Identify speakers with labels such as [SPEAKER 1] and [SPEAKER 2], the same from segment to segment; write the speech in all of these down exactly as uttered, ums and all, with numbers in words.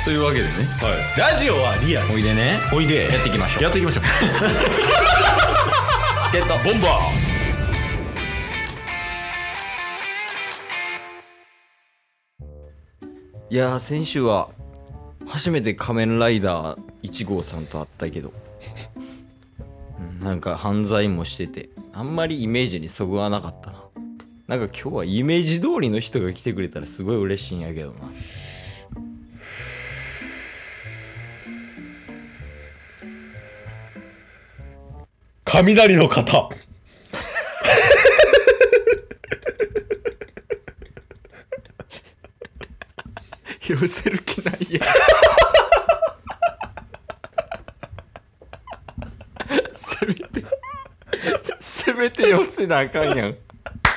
[SPEAKER 1] というわけでね、
[SPEAKER 2] はい、ラジオはリアル。
[SPEAKER 1] おいでね、
[SPEAKER 2] おいで
[SPEAKER 1] やっていきましょう。
[SPEAKER 2] やっていきましょう
[SPEAKER 1] ゲット
[SPEAKER 2] ボンバ
[SPEAKER 1] ー。いやー、先週は初めて仮面ライダーいち号さんと会ったけどなんか犯罪もしててあんまりイメージにそぐわなかったな。なんか今日はイメージ通りの人が来てくれたらすごい嬉しいんやけどな。
[SPEAKER 2] 雷の方
[SPEAKER 1] 寄せる気ないやんせめてせめて寄せなあかんやん。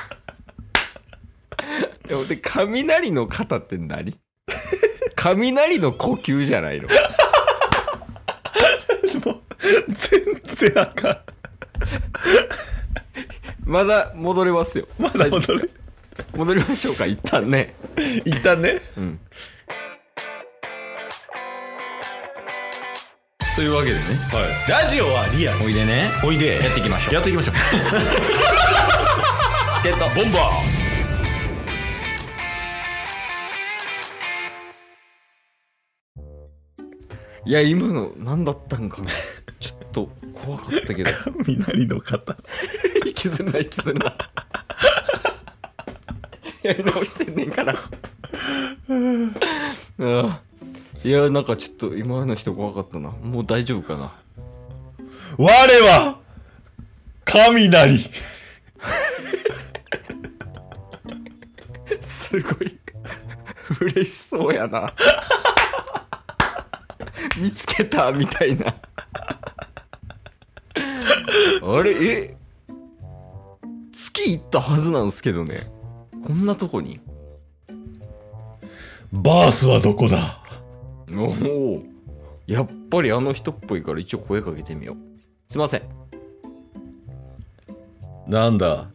[SPEAKER 1] でもで雷の肩って何？雷の呼吸じゃないの？
[SPEAKER 2] もう全然あかん。
[SPEAKER 1] まだ戻れますよ。
[SPEAKER 2] まだ戻る。
[SPEAKER 1] 戻りましょうか、一旦ね。
[SPEAKER 2] 一旦ね。
[SPEAKER 1] うん。というわけでね、
[SPEAKER 2] はい、ラジオはリアル。
[SPEAKER 1] おいでね、
[SPEAKER 2] おいで
[SPEAKER 1] やっていきましょう。
[SPEAKER 2] やっていきましょう
[SPEAKER 1] ゲット
[SPEAKER 2] ボンバ
[SPEAKER 1] ー。いや、今の何だったんかな。ちょっと怖かったけど。
[SPEAKER 2] 雷の方。
[SPEAKER 1] 引きずるな引きずるな。やり直してんねんから。ああ、いや、なんかちょっと今の人怖かったな。もう大丈夫かな。
[SPEAKER 2] 我は雷。
[SPEAKER 1] すごい嬉しそうやな。見つけたみたいな。あれ、え、月行ったはずなんですけどね。こんなとこに。
[SPEAKER 2] バースはどこだ？
[SPEAKER 1] おお、やっぱりあの人っぽいから一応声かけてみよう。すいません。
[SPEAKER 2] なんだ？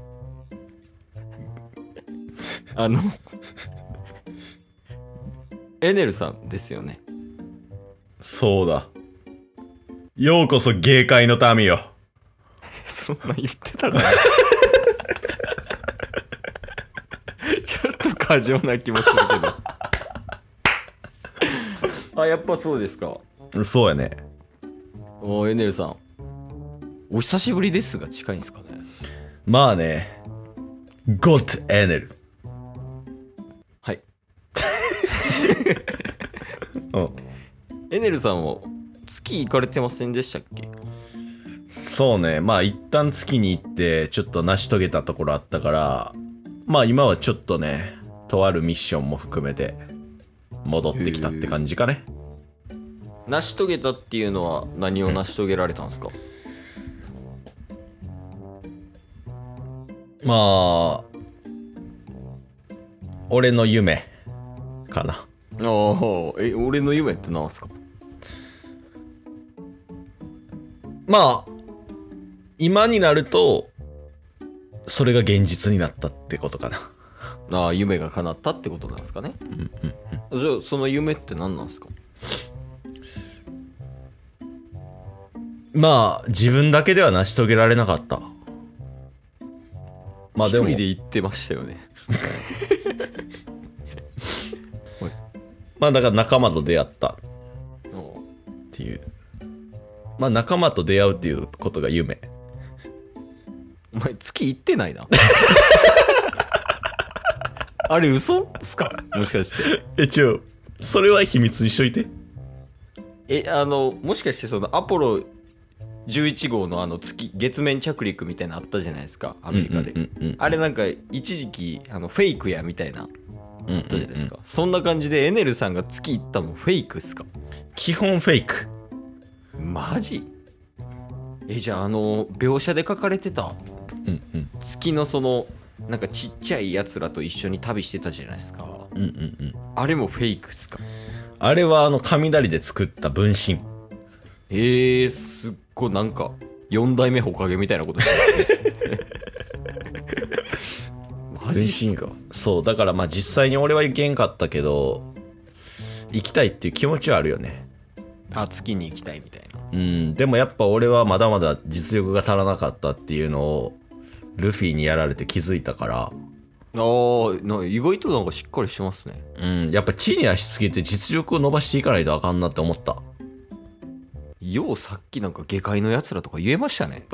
[SPEAKER 1] あのエネルさんですよね。
[SPEAKER 2] そうだ。ようこそ芸界の民よ。
[SPEAKER 1] そんな言ってたかな。ちょっと過剰な気もするけど。あ、やっぱそうですか。
[SPEAKER 2] そうやね。
[SPEAKER 1] おー、エネルさん、お久しぶりですが近いんですかね。
[SPEAKER 2] まあね。ゴッドエネル。
[SPEAKER 1] はい。
[SPEAKER 2] うん。
[SPEAKER 1] エネルさんは月行かれてませんでしたっけ？
[SPEAKER 2] そうね。まあ一旦月に行ってちょっと成し遂げたところあったから、まあ今はちょっとね、とあるミッションも含めて戻ってきたって感じかね。
[SPEAKER 1] 成し遂げたっていうのは何を成し遂げられたんですか？
[SPEAKER 2] うん、まあ俺の夢かな。
[SPEAKER 1] ああ、え、俺の夢って何すか？
[SPEAKER 2] まあ今になるとそれが現実になったってことかな。
[SPEAKER 1] ああ、夢が叶ったってことなんですかね。うんうんうん。じゃあその夢って何なんですか？
[SPEAKER 2] まあ自分だけでは成し遂げられなかった。まあでも
[SPEAKER 1] 一人で言ってましたよね。
[SPEAKER 2] まあだから仲間と出会ったっていう。まあ仲間と出会うっていうことが夢。
[SPEAKER 1] お前月行ってないな。あれ嘘っすか？もしかして。
[SPEAKER 2] え、ちょ、それは秘密にしといて。
[SPEAKER 1] え、あの、もしかしてそのアポロじゅういち号のあの月、月面着陸みたいなのあったじゃないですか、アメリカで。
[SPEAKER 2] うんうんうんうん、
[SPEAKER 1] あれなんか一時期あのフェイクやみたいなあったじゃないですか。うんうんうん、そんな感じでエネルさんが月行ったもフェイクっすか？
[SPEAKER 2] 基本フェイク。
[SPEAKER 1] マジ？え、じゃああの描写で書かれてた月のそのなんかちっちゃいやつらと一緒に旅してたじゃないですか。
[SPEAKER 2] うんうんうん。
[SPEAKER 1] あれもフェイクっすか？
[SPEAKER 2] あれはあの雷で作った分身。
[SPEAKER 1] えー、すっごいなんかよん代目火影みたいなことしてますね。マジっすか？
[SPEAKER 2] そうだからまあ実際に俺は行けんかったけど、 行きたいっていう気持ちはあるよね。
[SPEAKER 1] あ、月に行きたいみたいな。
[SPEAKER 2] うん、でもやっぱ俺はまだまだ実力が足らなかったっていうのをルフィにやられて気づいたから。
[SPEAKER 1] あー、な意外となんかしっかりしてますね。
[SPEAKER 2] うん、やっぱ地に足つけて実力を伸ばしていかないとあかんなって思った。
[SPEAKER 1] ようさっきなんか下界のやつらとか言えましたね。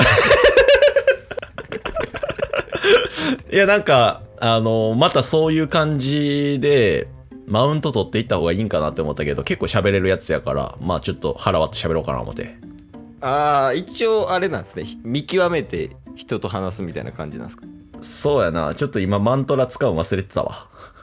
[SPEAKER 2] いやなんかあのまたそういう感じでマウント取っていった方がいいんかなって思ったけど、結構喋れるやつやから、まあちょっと腹割って喋ろうかな思って。
[SPEAKER 1] ああ、一応あれなんですね、見極めて人と話すみたいな感じなんですか。
[SPEAKER 2] そうやな、ちょっと今マントラ使うの忘れてたわ。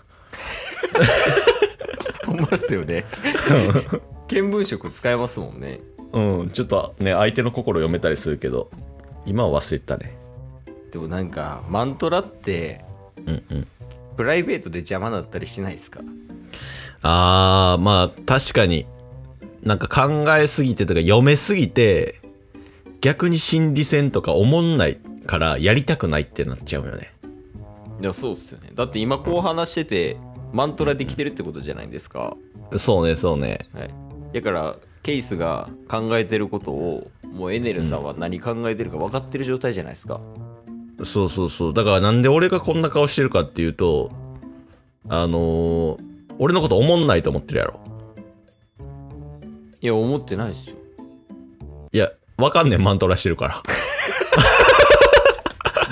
[SPEAKER 1] ほんまっすよね。見聞色使えますもんね。
[SPEAKER 2] うん、ちょっとね相手の心読めたりするけど今は忘れてたね。
[SPEAKER 1] でもなんかマントラって
[SPEAKER 2] うんうん、
[SPEAKER 1] プライベートで邪魔だったりしないですか。
[SPEAKER 2] あー、まあ確かになんか考えすぎてとか読めすぎて逆に心理戦とか思んないからやりたくないってなっちゃうよね。
[SPEAKER 1] いやそうっすよね。だって今こう話しててマントラできてるってことじゃないですか。
[SPEAKER 2] そうねそうね。
[SPEAKER 1] はい。だからケイスが考えてることをもうエネルさんは何考えてるか分かってる状態じゃないですか。
[SPEAKER 2] うん、そうそうそう。だからなんで俺がこんな顔してるかっていうと、あのー、俺のこと思んないと思ってるやろ。
[SPEAKER 1] いや思ってないですよ。
[SPEAKER 2] いやわかんねん、マントラしてるから。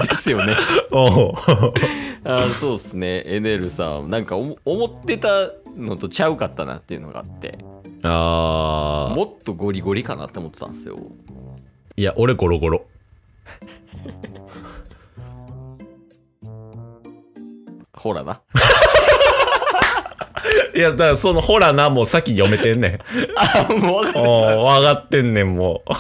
[SPEAKER 1] ですよね。
[SPEAKER 2] おう
[SPEAKER 1] あ、そうっすね。エネルさんなんか思ってたのとちゃうかったなっていうのがあって、
[SPEAKER 2] あー、
[SPEAKER 1] もっとゴリゴリかなって思ってたんですよ。
[SPEAKER 2] いや俺ゴロゴロ。
[SPEAKER 1] ほらな。
[SPEAKER 2] いやだからそのほらなもう先読めてんねん。
[SPEAKER 1] あ、もう分か
[SPEAKER 2] おー、分かってんねんもう。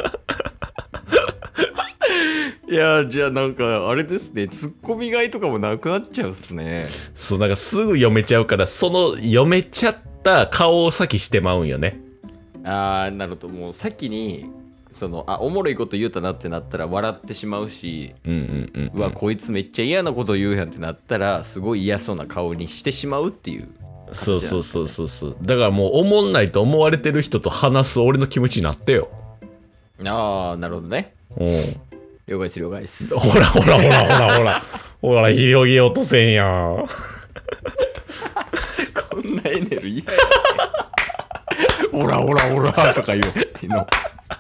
[SPEAKER 1] いやじゃあなんかあれですね、ツッコミがいとかもなくなっちゃうっすね。
[SPEAKER 2] そうなんかすぐ読めちゃうから、その読めちゃった顔を先してまうんよね。
[SPEAKER 1] あー、なるともう先にそのあおもろいこと言うたなってなったら笑ってしまうし、
[SPEAKER 2] うんうんうん、うん、
[SPEAKER 1] うわこいつめっちゃ嫌なこと言うやんってなったらすごい嫌そうな顔にしてしまうっていう、ね。
[SPEAKER 2] そうそうそうそうそう。だからもう思んないと思われてる人と話す俺の気持ちになってよ。
[SPEAKER 1] ああ、なるほどね。
[SPEAKER 2] うん。
[SPEAKER 1] 了解です了解です。
[SPEAKER 2] ほらほらほらほらほらほら広げようとせんやん。
[SPEAKER 1] こんなエネル嫌や。ほらほらほらとか言うの。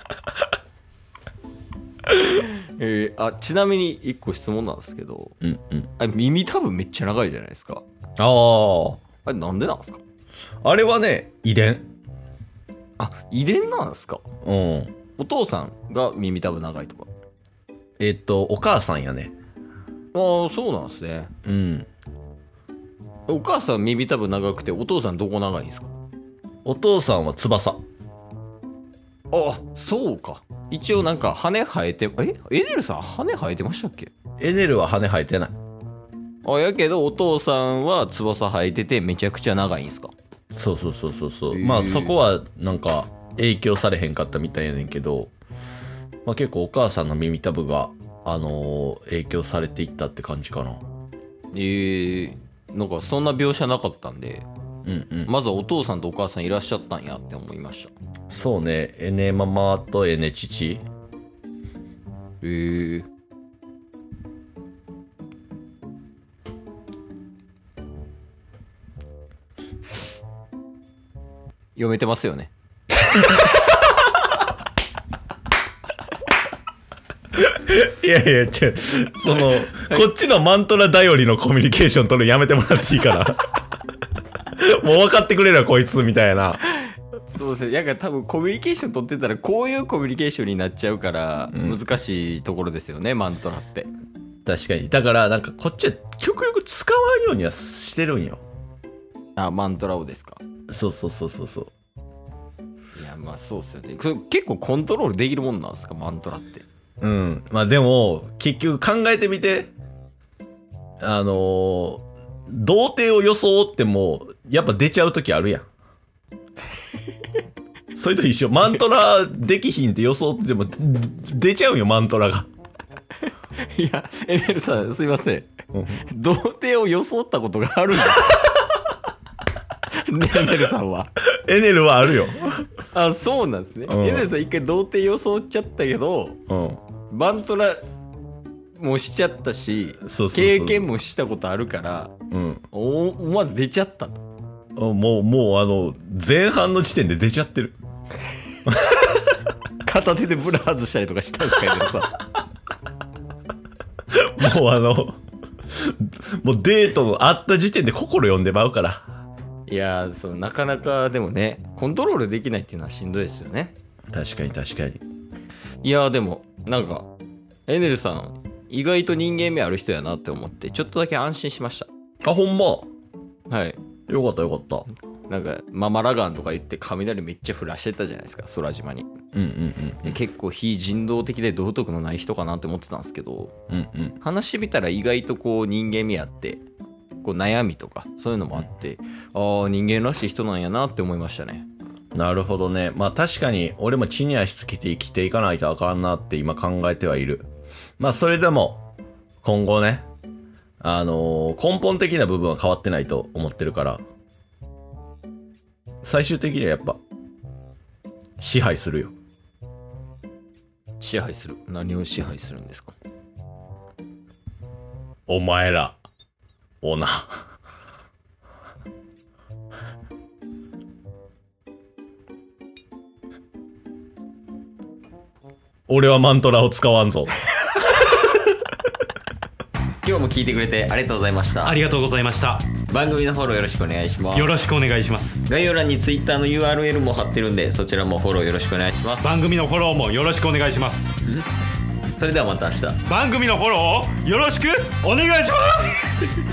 [SPEAKER 1] えー、あちなみに一個質問なんですけど、
[SPEAKER 2] うんうん、
[SPEAKER 1] あ耳多分めっちゃ長いじゃないですか。
[SPEAKER 2] ああ、
[SPEAKER 1] あれなんでなんですか。
[SPEAKER 2] あれはね遺伝。
[SPEAKER 1] あ、遺伝なんですか。
[SPEAKER 2] うん。
[SPEAKER 1] お父さんが耳たぶ長いとか。
[SPEAKER 2] えっとお母さんやね。
[SPEAKER 1] ああ、そうなんですね。
[SPEAKER 2] うん。
[SPEAKER 1] お母さん耳たぶ長くてお父さんどこ長いんですか。
[SPEAKER 2] お父さんは翼。
[SPEAKER 1] あ、そうか。一応なんか羽生えて、えエネルさん羽生えてましたっけ。
[SPEAKER 2] エネルは羽生えてない。
[SPEAKER 1] あ、やけどお父さんは翼生えててめちゃくちゃ長いんすか。
[SPEAKER 2] そうそうそうそうそう。
[SPEAKER 1] へー、
[SPEAKER 2] まあそこはなんか影響されへんかったみたいやねんけど、まあ結構お母さんの耳たぶがあのー、影響されていったって感じかな。
[SPEAKER 1] えー、なんかそんな描写なかったんで、
[SPEAKER 2] うんうん。
[SPEAKER 1] まずはお父さんとお母さんいらっしゃったんやって思いました。
[SPEAKER 2] そうね、エネママとエネ父。
[SPEAKER 1] えー、読めてますよね。
[SPEAKER 2] いやいや、ちょ、その、こっちのマントラ頼りのコミュニケーション取るのやめてもらっていいかな。もう分かってくれるわこいつみたいな。
[SPEAKER 1] そうですね。なんか多分コミュニケーション取ってたらこういうコミュニケーションになっちゃうから難しいところですよね、うん、マントラって。
[SPEAKER 2] 確かに。だからなんかこっちは極力使わんようにはしてるんよ。
[SPEAKER 1] あ、マントラをですか。
[SPEAKER 2] そうそうそうそうそう。
[SPEAKER 1] いやまあそうっすよね。それ結構コントロールできるもんなんですか、マントラって。
[SPEAKER 2] うん。まあでも結局考えてみて、あのー、童貞を装ってもやっぱ出ちゃう時あるやん。それと一緒。マントラできひんって装ってても出ちゃうよ、マントラが。
[SPEAKER 1] いやエネルさんすいません、
[SPEAKER 2] うん、
[SPEAKER 1] 童貞を装ったことがあるんですか。 エネルさんは
[SPEAKER 2] エネルはあるよ。
[SPEAKER 1] あ、そうなんですね、うん、エネルさん一回童貞装っちゃったけど、うん、バントラもしちゃったし、そうそうそうそう経験もしたことあるから、うん、思わず出ちゃったと。
[SPEAKER 2] もうもうあの前半の時点で出ちゃってる。
[SPEAKER 1] 片手でブラ外したりとかしたんですか、エネルさ
[SPEAKER 2] ん。もうあのもうデートのあった時点で心読んでまうから。
[SPEAKER 1] いやそうなかなかでもねコントロールできないっていうのはしんどいですよね。
[SPEAKER 2] 確かに確かに。
[SPEAKER 1] いやでもなんかエネルさん意外と人間味ある人やなって思ってちょっとだけ安心しました。
[SPEAKER 2] あ、ほんま。
[SPEAKER 1] はい、
[SPEAKER 2] よかったよかった。
[SPEAKER 1] なんかママラガンとか言って雷めっちゃ降らしてたじゃないですか空島に。うんうんうん、うん、結構非人道的で道徳のない人かなって思ってたんですけど、うんうん、話してみたら意外とこう人間味あってこう悩みとかそういうのもあって、うん、ああ人間らしい人なんやなって思いましたね。
[SPEAKER 2] なるほどね。まあ確かに俺も地に足つけて生きていかないとあかんなって今考えてはいる。まあそれでも今後ねあのー、根本的な部分は変わってないと思ってるから最終的にはやっぱ支配するよ。
[SPEAKER 1] 支配する。何を支配するんですか。
[SPEAKER 2] お前らをな。俺はマントラを使わんぞ。
[SPEAKER 1] 今日も聞いてくれてありがとうございました。
[SPEAKER 3] ありがとうございました。
[SPEAKER 1] 番組のフォローよろしくお願いします。
[SPEAKER 3] よろしくお願いします。
[SPEAKER 1] 概要欄に Twitter の ユーアールエル も貼ってるんでそちらもフォローよろしくお願いします。
[SPEAKER 3] 番組のフォローもよろしくお願いします。
[SPEAKER 1] それではまた明日
[SPEAKER 3] 番組のフォローをよろしくお願いします。